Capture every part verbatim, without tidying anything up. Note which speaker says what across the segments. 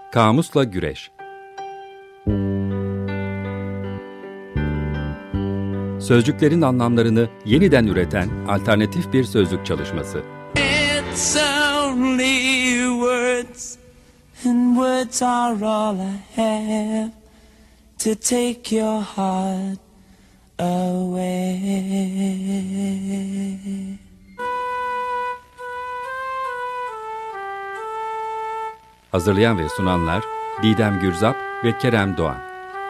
Speaker 1: Kamusla Güreş. Sözcüklerin anlamlarını yeniden üreten alternatif bir sözlük çalışması.
Speaker 2: It's only words, and words are all I have to take your heart away.
Speaker 1: Hazırlayan ve sunanlar Didem Gürzap ve Kerem Doğan.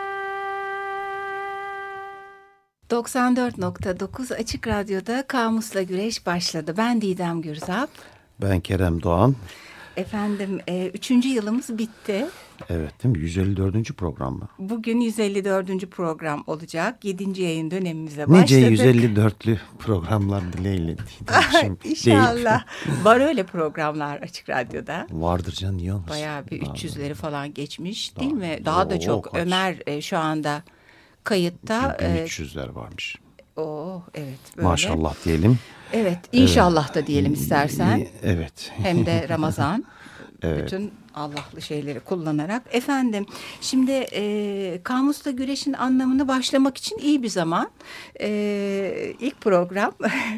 Speaker 3: doksan dört nokta dokuz Açık Radyo'da Kamusla Güreş başladı. Ben Didem Gürzap.
Speaker 4: Ben Kerem Doğan.
Speaker 3: Efendim, e, üçüncü yılımız bitti.
Speaker 4: Evet, değil mi? yüz elli dördüncü program mı?
Speaker 3: Bugün yüz elli dördüncü program olacak. yedinci yayın dönemimize başladık.
Speaker 4: Nice yüz elli dörtlü programlar dileğiyle.
Speaker 3: İnşallah. Var öyle programlar Açık Radyo'da.
Speaker 4: Vardır canım, niye olmasın?
Speaker 3: Bayağı bir
Speaker 4: Daha
Speaker 3: üç yüzleri falan geçmiş
Speaker 4: daha,
Speaker 3: değil mi? Daha
Speaker 4: o,
Speaker 3: da çok.
Speaker 4: Kaç?
Speaker 3: Ömer e, şu anda kayıtta.
Speaker 4: bin üç yüzler varmış.
Speaker 3: Oo, evet. Böyle.
Speaker 4: Maşallah diyelim.
Speaker 3: Evet, inşallah da diyelim istersen.
Speaker 4: Evet.
Speaker 3: Hem de Ramazan.
Speaker 4: Evet.
Speaker 3: Bütün Allah'lı şeyleri kullanarak. Efendim, şimdi e, Kamusla Güreş'in anlamını başlamak için iyi bir zaman. E, ilk program.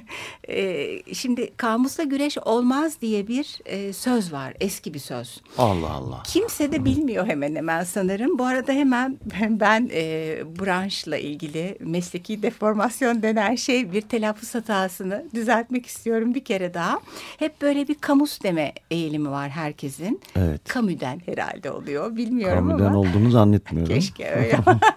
Speaker 3: e, şimdi Kamusla Güreş olmaz diye bir e, söz var. Eski bir söz.
Speaker 4: Allah Allah.
Speaker 3: Kimse de bilmiyor hemen hemen sanırım. Bu arada hemen ben, ben e, branşla ilgili mesleki deformasyon denen şey bir telaffuz hatasını düzeltmek istiyorum bir kere daha. Hep böyle bir kamus deme eğilimi var herkesin.
Speaker 4: Evet.
Speaker 3: Kamüden herhalde oluyor. Bilmiyorum
Speaker 4: Kamüden
Speaker 3: ama.
Speaker 4: olduğunu zannetmiyorum.
Speaker 3: Keşke öyle.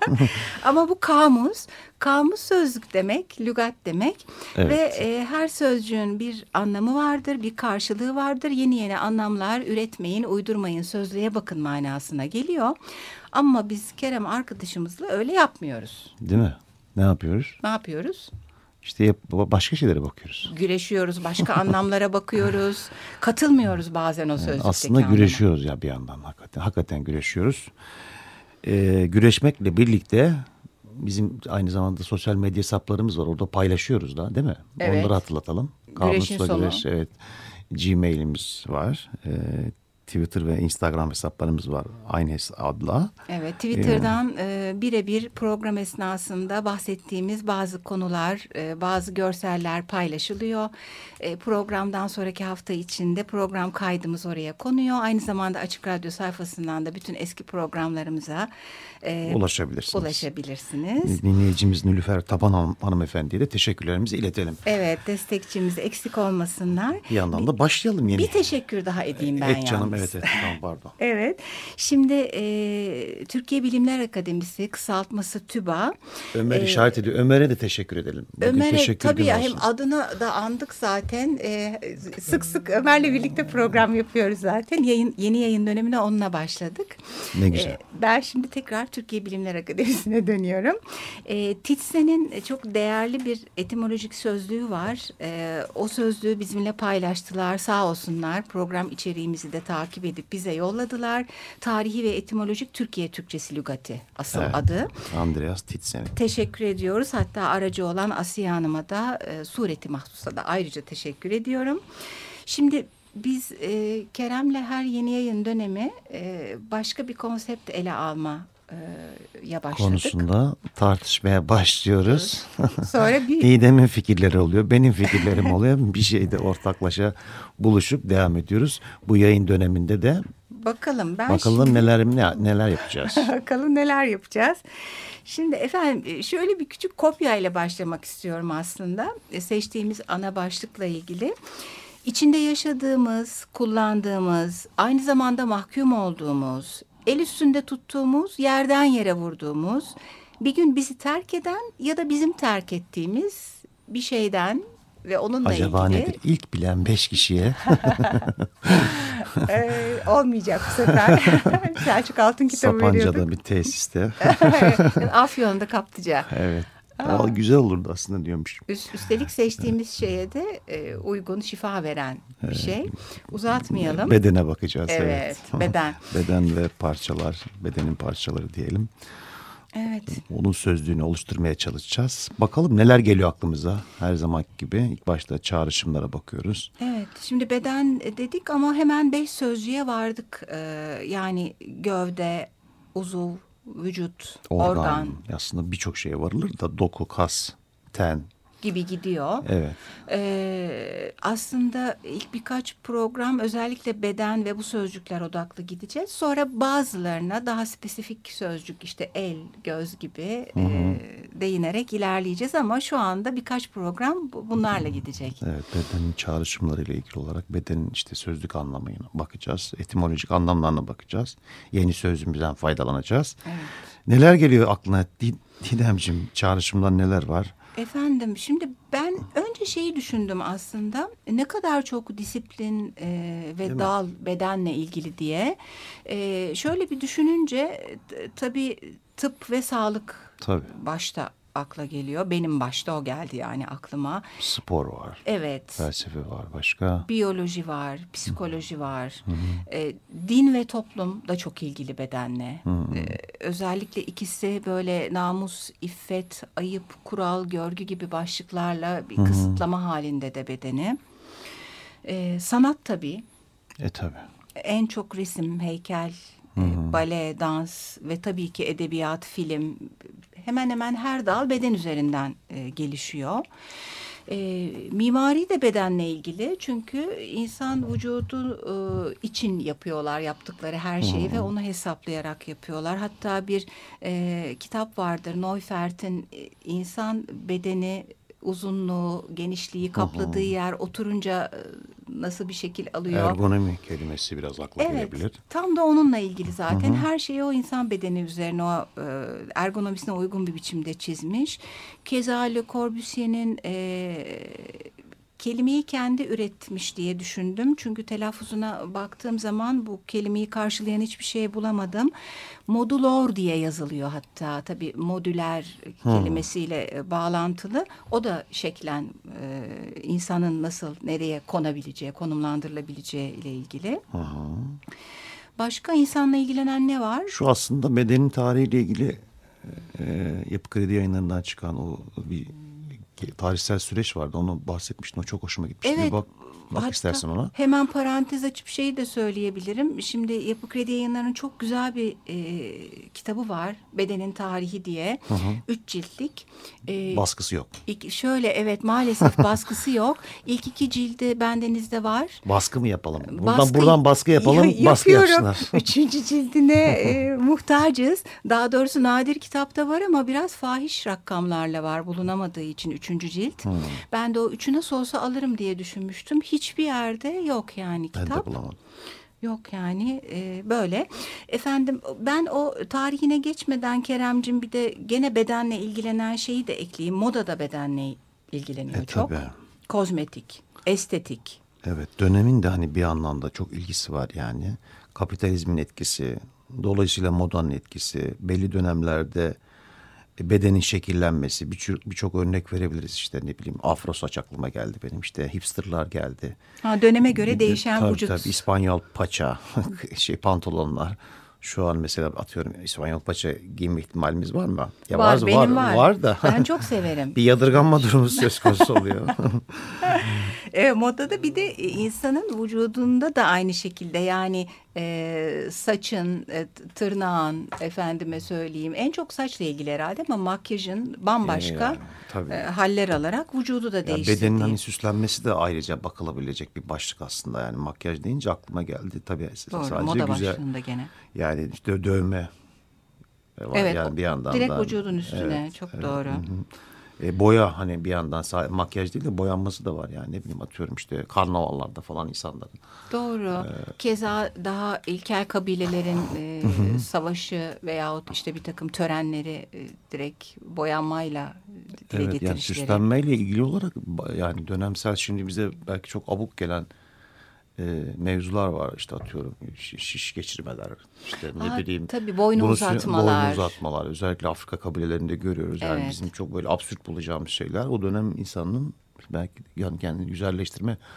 Speaker 3: Ama bu kamus, kamus sözlük demek, lügat demek.
Speaker 4: Evet.
Speaker 3: Ve e, her sözcüğün bir anlamı vardır, bir karşılığı vardır. Yeni yeni anlamlar üretmeyin, uydurmayın, sözlüğe bakın manasına geliyor. Ama biz Kerem arkadaşımızla öyle yapmıyoruz.
Speaker 4: Değil mi? Ne yapıyoruz?
Speaker 3: Ne yapıyoruz?
Speaker 4: İşte başka şeylere bakıyoruz.
Speaker 3: Güreşiyoruz, başka anlamlara bakıyoruz. Katılmıyoruz bazen o sözlükteki
Speaker 4: Aslında
Speaker 3: anlama.
Speaker 4: güreşiyoruz ya bir yandan hakikaten. Hakikaten güreşiyoruz. Ee, güreşmekle birlikte bizim aynı zamanda sosyal medya hesaplarımız var. Orada paylaşıyoruz da, değil mi?
Speaker 3: Evet.
Speaker 4: Onları hatırlatalım.
Speaker 3: Güreşin
Speaker 4: Kamusla
Speaker 3: sonu.
Speaker 4: Güreş, evet. Gmail'imiz var. Ee, Twitter ve Instagram hesaplarımız var aynı adla.
Speaker 3: Evet, Twitter'dan e, birebir program esnasında bahsettiğimiz bazı konular, e, bazı görseller paylaşılıyor. E, programdan sonraki hafta içinde program kaydımız oraya konuyor. Aynı zamanda Açık Radyo sayfasından da bütün eski programlarımıza e,
Speaker 4: ulaşabilirsiniz.
Speaker 3: ulaşabilirsiniz.
Speaker 4: Dinleyicimiz Nülüfer Taban Han- hanımefendiye de teşekkürlerimizi iletelim.
Speaker 3: Evet, destekçimiz eksik olmasınlar.
Speaker 4: Bir yandan da başlayalım yeni.
Speaker 3: Bir teşekkür daha edeyim ben
Speaker 4: Et canım,
Speaker 3: yalnız.
Speaker 4: evet evet, tamam, pardon.
Speaker 3: Evet, şimdi e, Türkiye Bilimler Akademisi, kısaltması TÜBA.
Speaker 4: Ömer
Speaker 3: e,
Speaker 4: işaret ediyor. Ömer'e de teşekkür edelim. Bugün
Speaker 3: Ömer'e
Speaker 4: teşekkür
Speaker 3: tabii ya,
Speaker 4: günü
Speaker 3: hem
Speaker 4: olsun.
Speaker 3: adını da andık zaten. E, sık sık Ömer'le birlikte program yapıyoruz zaten. Yayın, yeni yayın dönemine onunla başladık.
Speaker 4: Ne güzel.
Speaker 3: E, ben şimdi tekrar Türkiye Bilimler Akademisi'ne dönüyorum. E, Titsen'in çok değerli bir etimolojik sözlüğü var. E, o sözlüğü bizimle paylaştılar. Sağ olsunlar. Program içeriğimizi de takip edip bize yolladılar. Tarihi ve etimolojik Türkiye Türkçesi lügati asıl
Speaker 4: Evet.
Speaker 3: adı.
Speaker 4: Andreas Titsen.
Speaker 3: Teşekkür ediyoruz. Hatta aracı olan Asiye Hanım'a da e, sureti mahsusa da ayrıca teşekkür ediyorum. Şimdi biz e, Kerem'le her yeni yayın dönemi e, başka bir konsept ele alma e, ya başladık.
Speaker 4: Konusunda tartışmaya başlıyoruz.
Speaker 3: Sonra bir
Speaker 4: Didem'in fikirleri oluyor, benim fikirlerim oluyor. Bir şeyde ortaklaşa buluşup devam ediyoruz. Bu yayın döneminde de
Speaker 3: bakalım ben
Speaker 4: bakalım
Speaker 3: şimdi...
Speaker 4: neler ne, neler yapacağız.
Speaker 3: Bakalım neler yapacağız. Şimdi efendim şöyle bir küçük kopya ile başlamak istiyorum aslında. E, seçtiğimiz ana başlıkla ilgili. İçinde yaşadığımız, kullandığımız, aynı zamanda mahkum olduğumuz, el üstünde tuttuğumuz, yerden yere vurduğumuz, bir gün bizi terk eden ya da bizim terk ettiğimiz bir şeyden ve onunla
Speaker 4: Acaba
Speaker 3: ilgili...
Speaker 4: nedir? İlk bilen beş kişiye.
Speaker 3: ee, olmayacak bu sefer. Selçuk Altın kitabı veriyorduk.
Speaker 4: Sapanca'da bir tesiste.
Speaker 3: Afyon'da Kaplıca.
Speaker 4: Evet. Aa, güzel olurdu aslında diyormuş.
Speaker 3: Üst, üstelik seçtiğimiz şeye de e, uygun, şifa veren bir
Speaker 4: Evet.
Speaker 3: şey. Uzatmayalım.
Speaker 4: Bedene bakacağız.
Speaker 3: Evet,
Speaker 4: Evet.
Speaker 3: beden.
Speaker 4: Beden ve parçalar, bedenin parçaları diyelim.
Speaker 3: Evet.
Speaker 4: Onun sözlüğünü oluşturmaya çalışacağız. Bakalım neler geliyor aklımıza her zaman gibi. İlk başta çağrışımlara bakıyoruz.
Speaker 3: Evet, şimdi beden dedik ama hemen beş sözcüğe vardık. Ee, yani gövde, uzuv, vücut,
Speaker 4: Organ.
Speaker 3: organ
Speaker 4: Aslında birçok şeye varılır da doku, kas, ten.
Speaker 3: gibi gidiyor.
Speaker 4: Evet.
Speaker 3: Ee, aslında ilk birkaç program özellikle beden ve bu sözcükler odaklı gideceğiz. Sonra bazılarına daha spesifik sözcük işte el, göz gibi
Speaker 4: Hı hı.
Speaker 3: e, değinerek ilerleyeceğiz. Ama şu anda birkaç program bu- bunlarla gidecek.
Speaker 4: Evet, bedenin çağrışımlarıyla ilgili olarak bedenin işte sözlük anlamına bakacağız. Etimolojik anlamlarına bakacağız. Yeni sözümüzden faydalanacağız.
Speaker 3: Evet.
Speaker 4: Neler geliyor aklına Didemciğim? Çağrışımlar neler var?
Speaker 3: Efendim şimdi ben önce şeyi düşündüm aslında ne kadar çok disiplin e, ve dal bedenle ilgili diye. E, şöyle bir düşününce t- tabii tıp ve sağlık
Speaker 4: Tabii.
Speaker 3: başta akla geliyor. Benim başta o geldi yani aklıma.
Speaker 4: Spor var.
Speaker 3: Evet.
Speaker 4: Felsefe var başka.
Speaker 3: Biyoloji var, psikoloji var. E, din ve toplum da çok ilgili bedenle. E, özellikle ikisi böyle namus, iffet, ayıp, kural, görgü gibi başlıklarla bir kısıtlama halinde de bedeni. E, sanat tabii.
Speaker 4: E tabii.
Speaker 3: En çok resim, heykel, e, bale, dans ve tabii ki edebiyat, film. Hemen hemen her dal beden üzerinden e, gelişiyor. E, mimari de bedenle ilgili çünkü insan vücudu e, için yapıyorlar yaptıkları her şeyi ve onu hesaplayarak yapıyorlar. Hatta bir e, kitap vardır Neufert'in e, insan bedeni uzunluğu, genişliği, kapladığı yer oturunca e, nasıl bir şekil alıyor.
Speaker 4: Ergonomi kelimesi biraz akla
Speaker 3: Evet,
Speaker 4: gelebilir.
Speaker 3: tam da onunla ilgili zaten. Her şeyi o insan bedeni üzerine, o e, ergonomisine uygun bir biçimde çizmiş. Keza Le Corbusier'in e, kelimeyi kendi üretmiş diye düşündüm. Çünkü telaffuzuna baktığım zaman bu kelimeyi karşılayan hiçbir şey bulamadım. Modulor diye yazılıyor hatta. Tabii modüler kelimesiyle e, bağlantılı. O da şeklen e, insanın nasıl nereye konabileceği, konumlandırılabileceği ile ilgili.
Speaker 4: Hı hı.
Speaker 3: Başka insanla ilgilenen ne var?
Speaker 4: Şu aslında bedenin tarihiyle ilgili e, Yapı Kredi Yayınları'ndan çıkan o bir tarihsel süreç vardı. Onu bahsetmiştin. O çok hoşuma gitmişti.
Speaker 3: Evet.
Speaker 4: Bir bak, bak
Speaker 3: Hatta
Speaker 4: istersen ona.
Speaker 3: hemen parantez açıp şeyi de söyleyebilirim. Şimdi Yapı Kredi Yayınları'nın çok güzel bir e, kitabı var. Bedenin Tarihi diye.
Speaker 4: Hı hı.
Speaker 3: Üç ciltlik. E,
Speaker 4: Baskısı yok.
Speaker 3: ilk, şöyle evet maalesef baskısı yok. İlk iki cildi bendenizde var.
Speaker 4: Baskı mı yapalım? Buradan
Speaker 3: Baskı-
Speaker 4: buradan baskı yapalım.
Speaker 3: Ya-
Speaker 4: baskı
Speaker 3: yapıyorum.
Speaker 4: yapsınlar.
Speaker 3: Üçüncü cildine e, muhtacız. Daha doğrusu nadir kitapta var ama biraz fahiş rakamlarla var bulunamadığı için üçüncü cilt.
Speaker 4: Hmm.
Speaker 3: Ben de o üçü nasıl olsa alırım diye düşünmüştüm. Hiçbir yerde yok yani
Speaker 4: Ben
Speaker 3: kitap.
Speaker 4: de bulamadım.
Speaker 3: Yok yani e, böyle. Efendim ben o tarihine geçmeden Keremcim bir de gene bedenle ilgilenen şeyi de ekleyeyim. Moda da bedenle ilgileniyor
Speaker 4: E,
Speaker 3: çok.
Speaker 4: tabii.
Speaker 3: Kozmetik, estetik.
Speaker 4: Evet, dönemin de hani bir anlamda çok ilgisi var yani. Kapitalizmin etkisi, dolayısıyla modanın etkisi, belli dönemlerde bedenin şekillenmesi, birçok birçok örnek verebiliriz işte ne bileyim afro saç aklıma geldi benim işte hipsterlar geldi.
Speaker 3: Ha, döneme göre
Speaker 4: Bir de-
Speaker 3: değişen
Speaker 4: tabii,
Speaker 3: vücut.
Speaker 4: Tabii İspanyol paça, şey pantolonlar. Şu an mesela atıyorum İspanyol paça giyme ihtimalimiz var mı? Ya
Speaker 3: Var, benim
Speaker 4: var.
Speaker 3: var.
Speaker 4: Var da.
Speaker 3: Ben çok severim.
Speaker 4: Bir yadırganma durumu söz konusu oluyor.
Speaker 3: E, modada bir de e, insanın vücudunda da aynı şekilde yani e, saçın, e, tırnağın efendime söyleyeyim en çok saçla ilgili herhalde ama makyajın bambaşka
Speaker 4: Yani, tabii.
Speaker 3: e, haller alarak vücudu da
Speaker 4: Ya
Speaker 3: değiştirdiği.
Speaker 4: bedenin hani süslenmesi de ayrıca bakılabilecek bir başlık aslında. Yani makyaj deyince aklıma geldi. Tabii
Speaker 3: Doğru,
Speaker 4: sadece
Speaker 3: moda
Speaker 4: güzel.
Speaker 3: başlığında gene.
Speaker 4: Yani işte dövme var
Speaker 3: Evet,
Speaker 4: yani bir yandan
Speaker 3: direkt
Speaker 4: da.
Speaker 3: vücudun üstüne
Speaker 4: Evet,
Speaker 3: çok
Speaker 4: evet.
Speaker 3: doğru.
Speaker 4: Hı hı. E, boya hani bir yandan sa- makyaj değil de boyanması da var yani ne bileyim atıyorum işte karnavallarda falan insanların.
Speaker 3: Doğru. Keza daha ilkel kabilelerin e, savaşı veyahut işte bir takım törenleri e, direkt boyanmayla dile
Speaker 4: Evet yani
Speaker 3: getirişleri.
Speaker 4: süslenmeyle ilgili olarak ba- yani dönemsel şimdi bize belki çok abuk gelen e, mevzular var işte atıyorum şiş, şiş geçirmeler işte ne
Speaker 3: Aa,
Speaker 4: bileyim.
Speaker 3: tabii boynu
Speaker 4: bunu sü-
Speaker 3: uzatmalar.
Speaker 4: Boynu uzatmalar özellikle Afrika kabilelerinde görüyoruz. Yani
Speaker 3: Evet.
Speaker 4: bizim çok böyle absürt bulacağımız şeyler o dönem insanın belki yani kendini güzelleştirme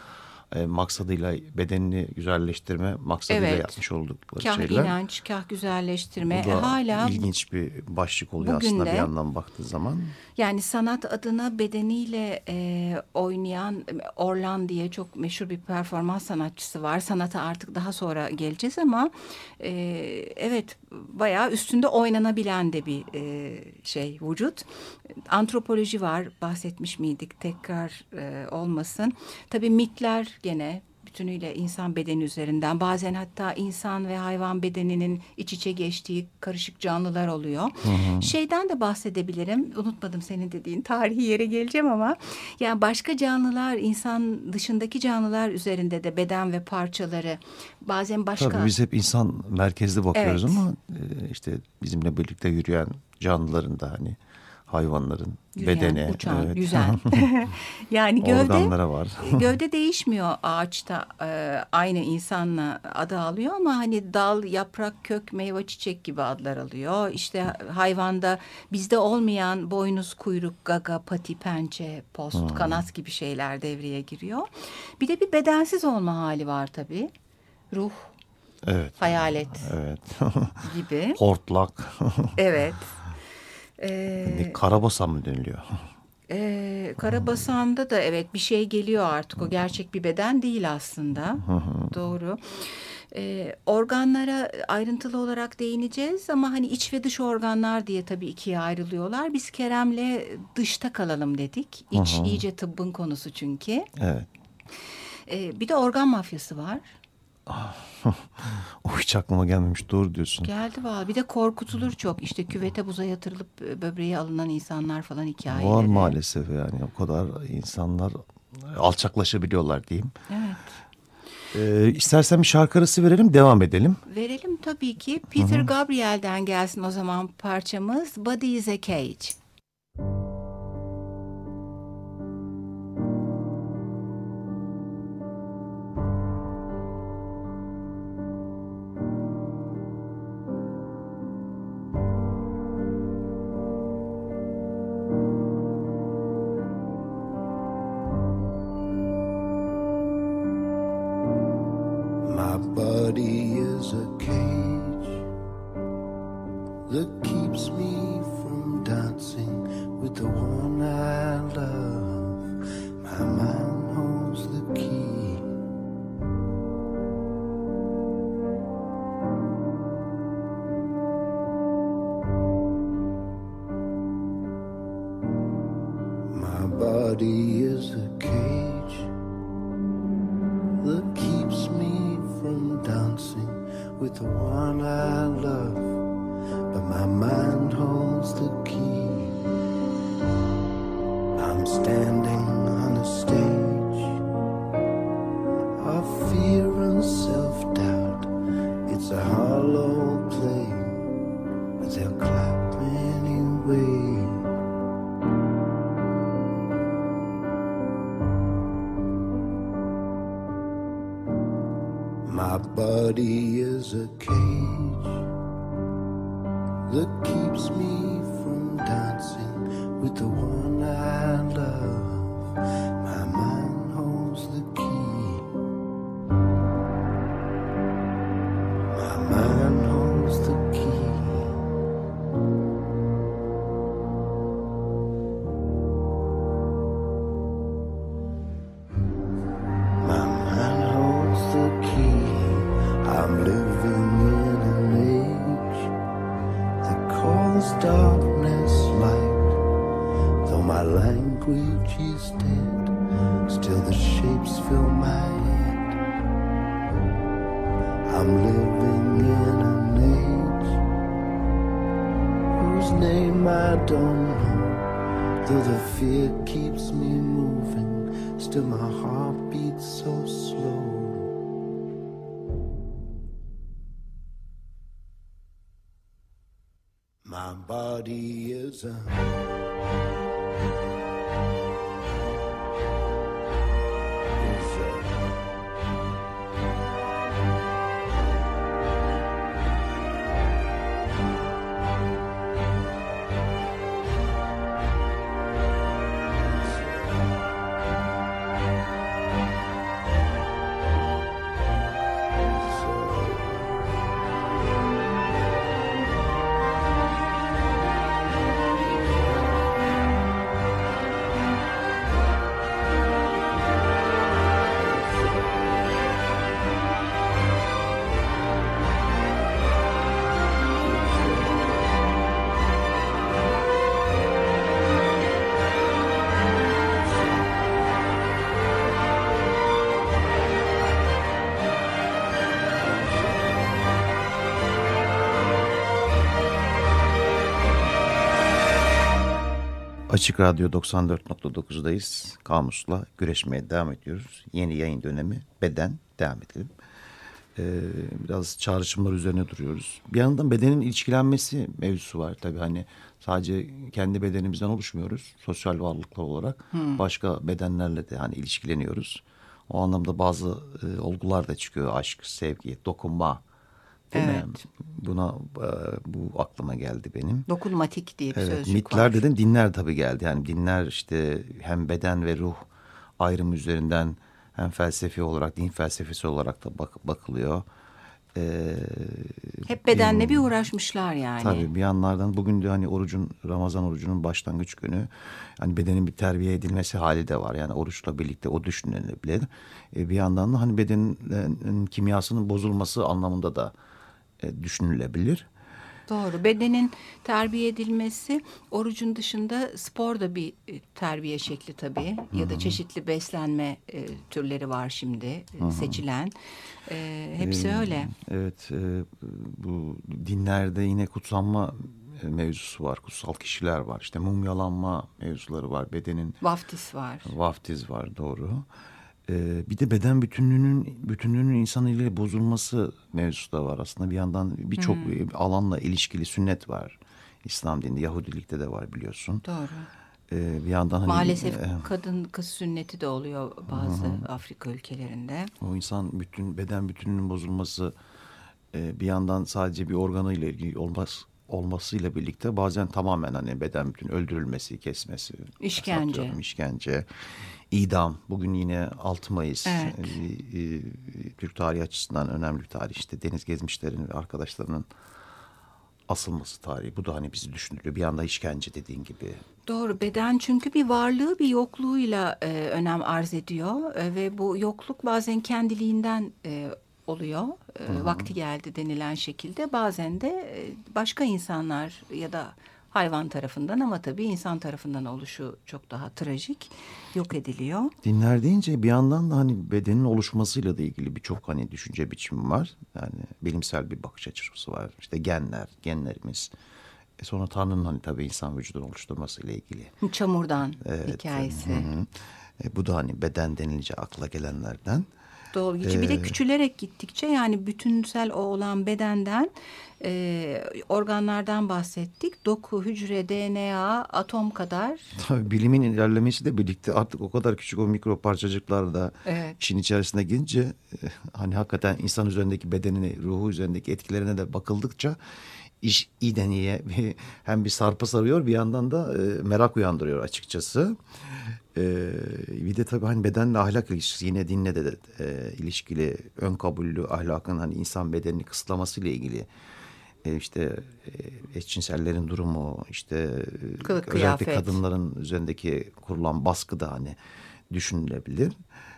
Speaker 4: e, maksadıyla bedenini güzelleştirme maksadıyla
Speaker 3: Evet.
Speaker 4: yapmış oldukları
Speaker 3: Kah
Speaker 4: şeyler.
Speaker 3: inanç, kah güzelleştirme.
Speaker 4: Bu da
Speaker 3: E, hala
Speaker 4: ilginç bir başlık oluyor
Speaker 3: bugün
Speaker 4: aslında
Speaker 3: de,
Speaker 4: bir yandan baktığı zaman.
Speaker 3: yani sanat adına bedeniyle e, oynayan Orlan diye çok meşhur bir performans sanatçısı var. Sanata artık daha sonra geleceğiz ama e, evet, bayağı üstünde oynanabilen de bir e, şey vücut. Antropoloji var, bahsetmiş miydik, tekrar e, olmasın. Tabii mitler gene bütünüyle insan bedeni üzerinden, bazen hatta insan ve hayvan bedeninin iç içe geçtiği karışık canlılar oluyor. Hı hı. Şeyden de bahsedebilirim. Unutmadım senin dediğin tarihi yere geleceğim ama yani başka canlılar, insan dışındaki canlılar üzerinde de beden ve parçaları bazen başka.
Speaker 4: Tabii biz hep insan merkezli bakıyoruz,
Speaker 3: evet.
Speaker 4: ama işte bizimle birlikte yürüyen canlıların da hani hayvanların
Speaker 3: Yürüyen,
Speaker 4: bedeni,
Speaker 3: uçan,
Speaker 4: evet.
Speaker 3: yüzen. Yani gövde,
Speaker 4: organlara var.
Speaker 3: Gövde değişmiyor ağaçta, e, aynı insanla adı alıyor ama hani dal, yaprak, kök, meyve, çiçek gibi adlar alıyor. İşte hayvanda bizde olmayan boynuz, kuyruk, gaga, pati, pençe, post, hmm. kanat gibi şeyler devreye giriyor. Bir de bir bedensiz olma hali var tabii. Ruh,
Speaker 4: evet.
Speaker 3: hayalet
Speaker 4: evet.
Speaker 3: gibi.
Speaker 4: Hortlak.
Speaker 3: Evet. Ee,
Speaker 4: Karabasan mı deniliyor?
Speaker 3: E, Karabasan'da da evet bir şey geliyor artık. O gerçek bir beden değil aslında. Doğru. E, organlara ayrıntılı olarak değineceğiz ama hani iç ve dış organlar diye tabii ikiye ayrılıyorlar. Biz Kerem'le dışta kalalım dedik. İç iyice tıbbın konusu çünkü.
Speaker 4: Evet.
Speaker 3: E, bir de organ mafyası var.
Speaker 4: O hiç aklıma gelmemiş, doğru diyorsun.
Speaker 3: Geldi vallahi. Bir de korkutulur çok. İşte küvete buza yatırılıp böbreği alınan insanlar falan hikayeleri.
Speaker 4: Var maalesef, yani o kadar insanlar alçaklaşabiliyorlar diyeyim.
Speaker 3: Evet.
Speaker 4: Ee, istersen bir şarkı arası verelim, devam edelim.
Speaker 3: Verelim tabii ki. Peter Hı-hı. Gabriel'den gelsin o zaman parçamız Body is a Cage.
Speaker 5: Body is a cage that keeps me from dancing with the one I love. My mind holds the key. My body is a cage that keeps me from dancing with the one I love, but my mind holds the key. I'm standing on a stage of fear and self-doubt. It's a hollow play, but they'll clap anyway. My body is a cage that keeps me from dancing with the one I love. My mind holds the key. My mind holds the key. My mind holds the key. I'm living in an age that calls darkness light. Though my language is dead, still the shapes fill my head. I'm living in an age whose name I don't know. Though the fear keeps me moving, still my heart beats so slow. My body is a is a is a
Speaker 4: Açık Radyo doksan dört nokta dokuzdayız. Kamus'la güreşmeye devam ediyoruz. Yeni yayın dönemi beden, devam edelim. Ee, biraz çağrışımlar üzerine duruyoruz. Bir yandan bedenin ilişkilenmesi mevzusu var. Tabii hani sadece kendi bedenimizden oluşmuyoruz. Sosyal varlıklar olarak hmm. başka bedenlerle de hani ilişkileniyoruz. O anlamda bazı e, olgular da çıkıyor. Aşk, sevgi, dokunma. Değil evet. mi? Buna e, bu aklıma geldi benim.
Speaker 3: Dokunmatik diye bir evet, sözcük
Speaker 4: mitler
Speaker 3: var.
Speaker 4: Mitler dedim, dinler tabii geldi. Yani dinler işte hem beden ve ruh ayrımı üzerinden hem felsefi olarak, din felsefesi olarak da bak, bakılıyor. Ee,
Speaker 3: Hep bedenle bir, bir uğraşmışlar yani.
Speaker 4: Tabii bir yanlardan bugün de hani orucun, Ramazan orucunun başlangıç günü, hani bedenin bir terbiye edilmesi hali de var. Yani oruçla birlikte o düşünülebilir. Ee, bir yandan da hani bedenin kimyasının bozulması anlamında da e, düşünülebilir.
Speaker 3: Doğru. Bedenin terbiye edilmesi, orucun dışında spor da bir terbiye şekli tabii. Hı-hı. Ya da çeşitli beslenme e, türleri var şimdi e, seçilen. E, hepsi ee, öyle.
Speaker 4: Evet. E, bu dinlerde yine kutsanma mevzusu var. Kutsal kişiler var. İşte mumyalanma mevzuları var. Bedenin
Speaker 3: vaftiz var.
Speaker 4: Vaftiz var, doğru. Ee, bir de beden bütünlüğünün bütünlüğünün insan ile bozulması mevzusu da var aslında. Bir yandan birçok hmm. alanla ilişkili sünnet var. İslam dininde, Yahudilikte de var biliyorsun.
Speaker 3: Doğru.
Speaker 4: Ee, bir yandan hani,
Speaker 3: maalesef
Speaker 4: e,
Speaker 3: kadın kız sünneti de oluyor bazı hı. Afrika ülkelerinde.
Speaker 4: O insan bütün beden bütünlüğünün bozulması e, bir yandan sadece bir organıyla ilgili olmaz olmasıyla birlikte bazen tamamen hani beden bütün öldürülmesi, kesmesi,
Speaker 3: işkence,
Speaker 4: işkence, idam. Bugün yine altı Mayıs
Speaker 3: evet.
Speaker 4: e, e, Türk tarihi açısından önemli bir tarih. İşte Deniz Gezmişler'in ve arkadaşlarının asılması tarihi. Bu da hani bizi düşündürüyor. Bir anda işkence dediğin gibi.
Speaker 3: Doğru. Beden çünkü bir varlığı bir yokluğuyla e, önem arz ediyor e, ve bu yokluk bazen kendiliğinden e, oluyor. E, vakti geldi denilen şekilde. Bazen de e, başka insanlar ya da hayvan tarafından, ama tabii insan tarafından oluşu çok daha trajik, yok ediliyor.
Speaker 4: Dinler deyince bir yandan da hani bedenin oluşmasıyla da ilgili birçok hani düşünce biçimi var. Yani bilimsel bir bakış açısı var. İşte genler, genlerimiz. E sonra Tanrı'nın hani tabii insan vücudunu oluşturmasıyla ilgili.
Speaker 3: Çamurdan
Speaker 4: evet,
Speaker 3: hikayesi.
Speaker 4: Hı hı. E, bu da hani beden denilince akla gelenlerden.
Speaker 3: Doğru. Ee, bir de küçülerek gittikçe, yani bütünsel o olan bedenden, e, organlardan bahsettik. Doku, hücre, D N A, atom kadar.
Speaker 4: Tabii bilimin ilerlemesiyle birlikte artık o kadar küçük o mikro parçacıklar da
Speaker 3: evet.
Speaker 4: işin içerisine girince e, hani hakikaten insan üzerindeki bedenini, ruhu üzerindeki etkilerine de bakıldıkça iş iyiden iyiye hem bir sarpa sarıyor, bir yandan da e, merak uyandırıyor açıkçası. Ee, bir de tabii hani bedenle ahlak ilişkisi, yine dinle de, de e, ilişkili, ön kabullü ahlakın hani insan bedenini kısıtlamasıyla ilgili e, işte e, eşcinsellerin durumu, işte
Speaker 3: kılık,
Speaker 4: özellikle
Speaker 3: kıyafet,
Speaker 4: kadınların üzerindeki kurulan baskı da hani düşünülebilir.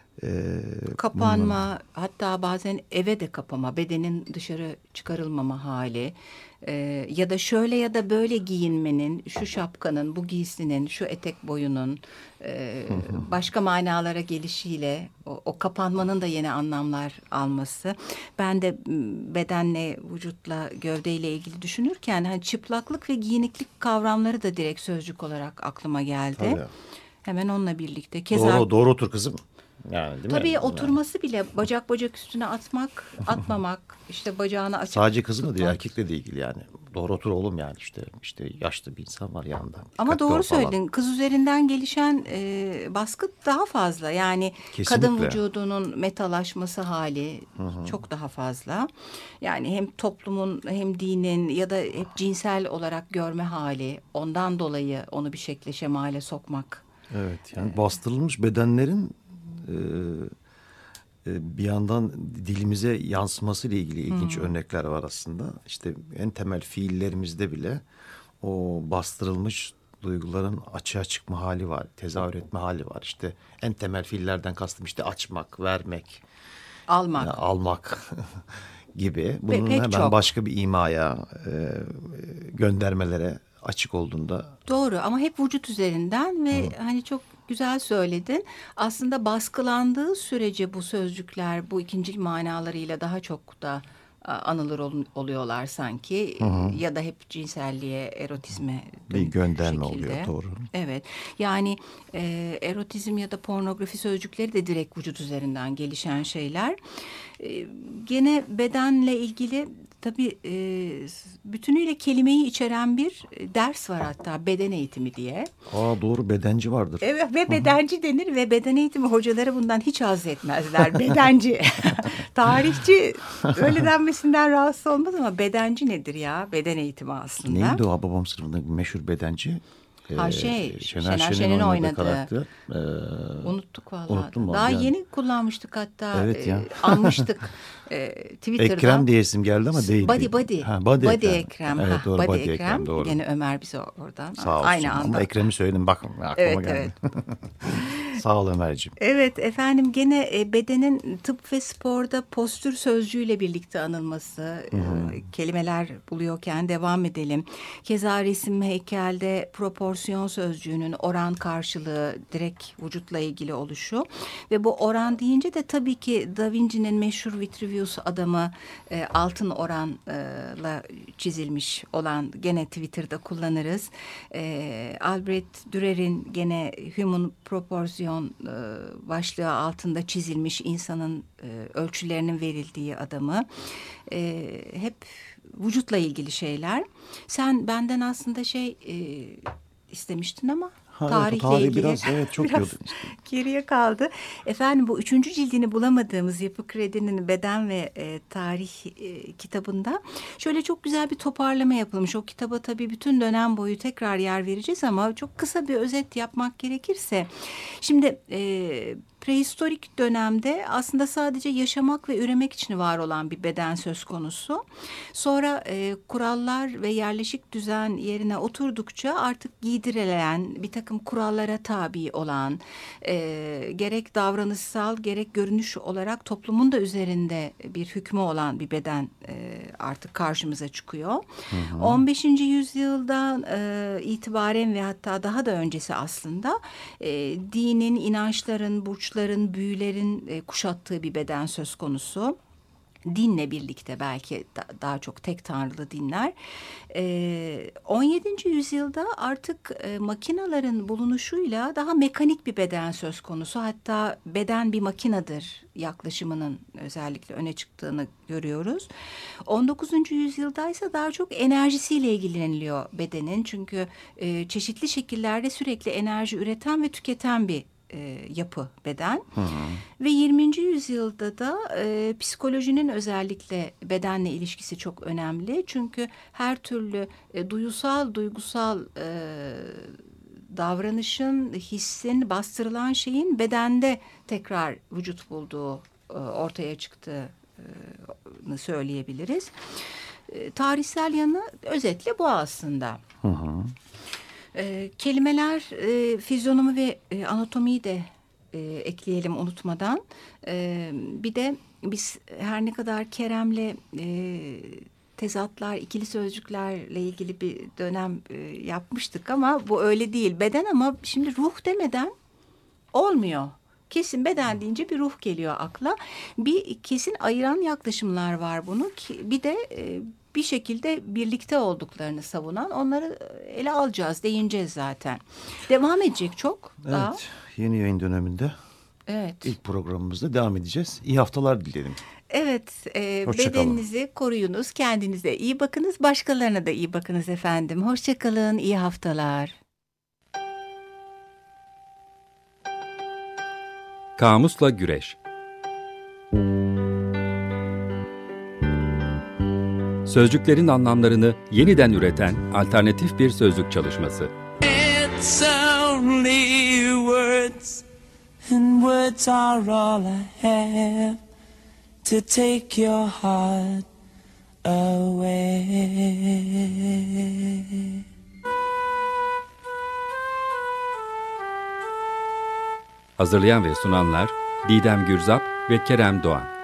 Speaker 3: Ee, Kapanma, bunun... hatta bazen eve de kapama, bedenin dışarı çıkarılmama hali ee, ya da şöyle ya da böyle giyinmenin, şu şapkanın, bu giysinin, şu etek boyunun e, başka manalara gelişiyle o, o kapanmanın da yeni anlamlar alması. Ben de bedenle, vücutla, gövdeyle ilgili düşünürken hani çıplaklık ve giyiniklik kavramları da direkt sözcük olarak aklıma geldi.
Speaker 4: Tabii.
Speaker 3: Hemen onunla birlikte. Keza...
Speaker 4: Doğru, doğru otur kızım. Yani, değil
Speaker 3: Tabii
Speaker 4: mi?
Speaker 3: oturması bile, bacak bacak üstüne atmak, atmamak, işte bacağını açıp...
Speaker 4: Sadece kızı mı diyor, erkekle de ilgili yani. Doğru otur oğlum, yani işte işte yaşlı bir insan var yanında.
Speaker 3: Ama doğru söyledin. Kız üzerinden gelişen e, baskı daha fazla. Yani kesinlikle. Kadın vücudunun metalaşması hali hı hı. çok daha fazla. Yani hem toplumun hem dinin ya da hep cinsel olarak görme hali, ondan dolayı onu bir şekle şemale sokmak.
Speaker 4: Evet, yani ee, bastırılmış bedenlerin e, e, bir yandan dilimize yansıması ile ilgili ilginç hmm. örnekler var aslında. İşte en temel fiillerimizde bile o bastırılmış duyguların açığa çıkma hali var, tezahür etme hali var. İşte en temel fiillerden kastım işte açmak, vermek,
Speaker 3: almak,
Speaker 4: yani almak gibi. Bunun hemen
Speaker 3: çok.
Speaker 4: başka bir imaya, e, göndermelere açık olduğunda.
Speaker 3: Doğru, ama hep vücut üzerinden ve Hı. hani çok güzel söyledin. Aslında baskılandığı sürece bu sözcükler bu ikincil manalarıyla daha çok da anılır ol, oluyorlar sanki. Hı hı. Ya da hep cinselliğe, erotizme
Speaker 4: bir gönderme
Speaker 3: şekilde.
Speaker 4: oluyor, doğru.
Speaker 3: Evet, yani e, erotizm ya da pornografi sözcükleri de direkt vücut üzerinden gelişen şeyler. E, gene bedenle ilgili tabii e, bütünüyle kelimeyi içeren bir ders var, hatta beden eğitimi diye.
Speaker 4: Aa, doğru, bedenci vardır.
Speaker 3: Evet, ve bedenci denir ve beden eğitimi hocaları bundan hiç haz etmezler. Bedenci, tarihçi öyle denmesinden rahatsız olmaz ama bedenci nedir ya? Beden eğitimi aslında.
Speaker 4: Neydi o Babam sınıfındaki meşhur bedenci?
Speaker 3: Ha şey,
Speaker 4: Şener,
Speaker 3: Şener
Speaker 4: Şen'in
Speaker 3: Şen'in
Speaker 4: oynadığı
Speaker 3: oynadığı.
Speaker 4: karakter. Ee,
Speaker 3: Unuttuk vallahi.
Speaker 4: Unuttum
Speaker 3: Daha
Speaker 4: yani.
Speaker 3: yeni kullanmıştık hatta.
Speaker 4: Evet ya.
Speaker 3: E, almıştık e, Twitter'da.
Speaker 4: Ekrem diye isim geldi ama değildi.
Speaker 3: Body Body.
Speaker 4: Ha, Body,
Speaker 3: Body
Speaker 4: Ekrem.
Speaker 3: Ekrem.
Speaker 4: Evet,
Speaker 3: Ha,
Speaker 4: doğru,
Speaker 3: Body,
Speaker 4: Body
Speaker 3: Ekrem.
Speaker 4: Ekrem, doğru.
Speaker 3: Gene Ömer bize oradan.
Speaker 4: Sağ olsun.
Speaker 3: Aynı anda.
Speaker 4: Ama Ekrem'i söyledim, bak aklıma
Speaker 3: Evet,
Speaker 4: geldi.
Speaker 3: evet.
Speaker 4: Sağ ol Ömerciğim.
Speaker 3: Evet efendim, gene e, bedenin tıp ve sporda postür sözcüğüyle birlikte anılması, e, kelimeler buluyorken devam edelim. Keza resim, heykelde proporsiyon sözcüğünün oran karşılığı, direkt vücutla ilgili oluşu ve bu oran deyince de tabii ki Da Vinci'nin meşhur Vitruvius adamı e, altın oranla çizilmiş olan, gene Twitter'da kullanırız. E, Albrecht Dürer'in gene Human Proportion e, başlığı altında çizilmiş insanın e, ölçülerinin verildiği adamı. E, hep vücutla ilgili şeyler. Sen benden aslında şey e, istemiştin ama
Speaker 4: Ha,
Speaker 3: tarihle
Speaker 4: tarihi
Speaker 3: ilgili
Speaker 4: biraz, evet, çok
Speaker 3: biraz
Speaker 4: yordun.
Speaker 3: geriye kaldı. Efendim, bu üçüncü cildini bulamadığımız Yapı Kredi'nin Beden ve e, Tarih e, kitabında şöyle çok güzel bir toparlama yapılmış. O kitaba tabii bütün dönem boyu tekrar yer vereceğiz ama çok kısa bir özet yapmak gerekirse. Şimdi e, prehistorik dönemde aslında sadece yaşamak ve üremek için var olan bir beden söz konusu. Sonra e, kurallar ve yerleşik düzen yerine oturdukça artık giydirilen, bir takım kurallara tabi olan, e, gerek davranışsal gerek görünüş olarak toplumun da üzerinde bir hükmü olan bir beden e, artık karşımıza çıkıyor. Hı hı. on beşinci yüzyıldan e, itibaren ve hatta daha da öncesi aslında e, dinin, inançların, burçların, büyülerin e, kuşattığı bir beden söz konusu. Dinle birlikte belki da, daha çok tek tanrılı dinler. Ee, on yedinci yüzyılda artık e, makinaların bulunuşuyla daha mekanik bir beden söz konusu. Hatta beden bir makinedir yaklaşımının özellikle öne çıktığını görüyoruz. on dokuzuncu yüzyılda ise daha çok enerjisiyle ilgileniliyor bedenin. Çünkü e, çeşitli şekillerde sürekli enerji üreten ve tüketen bir E, yapı beden. Hı hı. Ve yirminci yüzyılda da e, psikolojinin özellikle bedenle ilişkisi çok önemli. Çünkü her türlü e, duyusal, duygusal e, davranışın, hissin, bastırılan şeyin bedende tekrar vücut bulduğu, e, ortaya çıktığını söyleyebiliriz. E, tarihsel yanı özetle bu aslında. Hı hı. E, kelimeler, e, fizyonomi ve e, anatomiyi de e, ekleyelim unutmadan. E, bir de biz her ne kadar Kerem'le e, tezatlar, ikili sözcüklerle ilgili bir dönem e, yapmıştık ama bu öyle değil. Beden, ama şimdi ruh demeden olmuyor. Kesin beden deyince bir ruh geliyor akla. Bir kesin ayıran yaklaşımlar var bunu. Bir de e, bir şekilde birlikte olduklarını savunan, onları ele alacağız, değineceğiz zaten. Devam edecek çok
Speaker 4: evet,
Speaker 3: daha.
Speaker 4: Yeni yayın döneminde
Speaker 3: evet.
Speaker 4: ilk programımızda devam edeceğiz. İyi haftalar dilerim.
Speaker 3: Evet, e, bedeninizi koruyunuz, kendinize iyi bakınız, başkalarına da iyi bakınız efendim. Hoşça kalın, iyi haftalar.
Speaker 1: Kamusla Güreş. Sözcüklerin anlamlarını yeniden üreten alternatif bir sözlük çalışması.
Speaker 2: It's only words, and words are all I have to take your heart away.
Speaker 1: Hazırlayan ve sunanlar Didem Gürzap ve Kerem Doğan.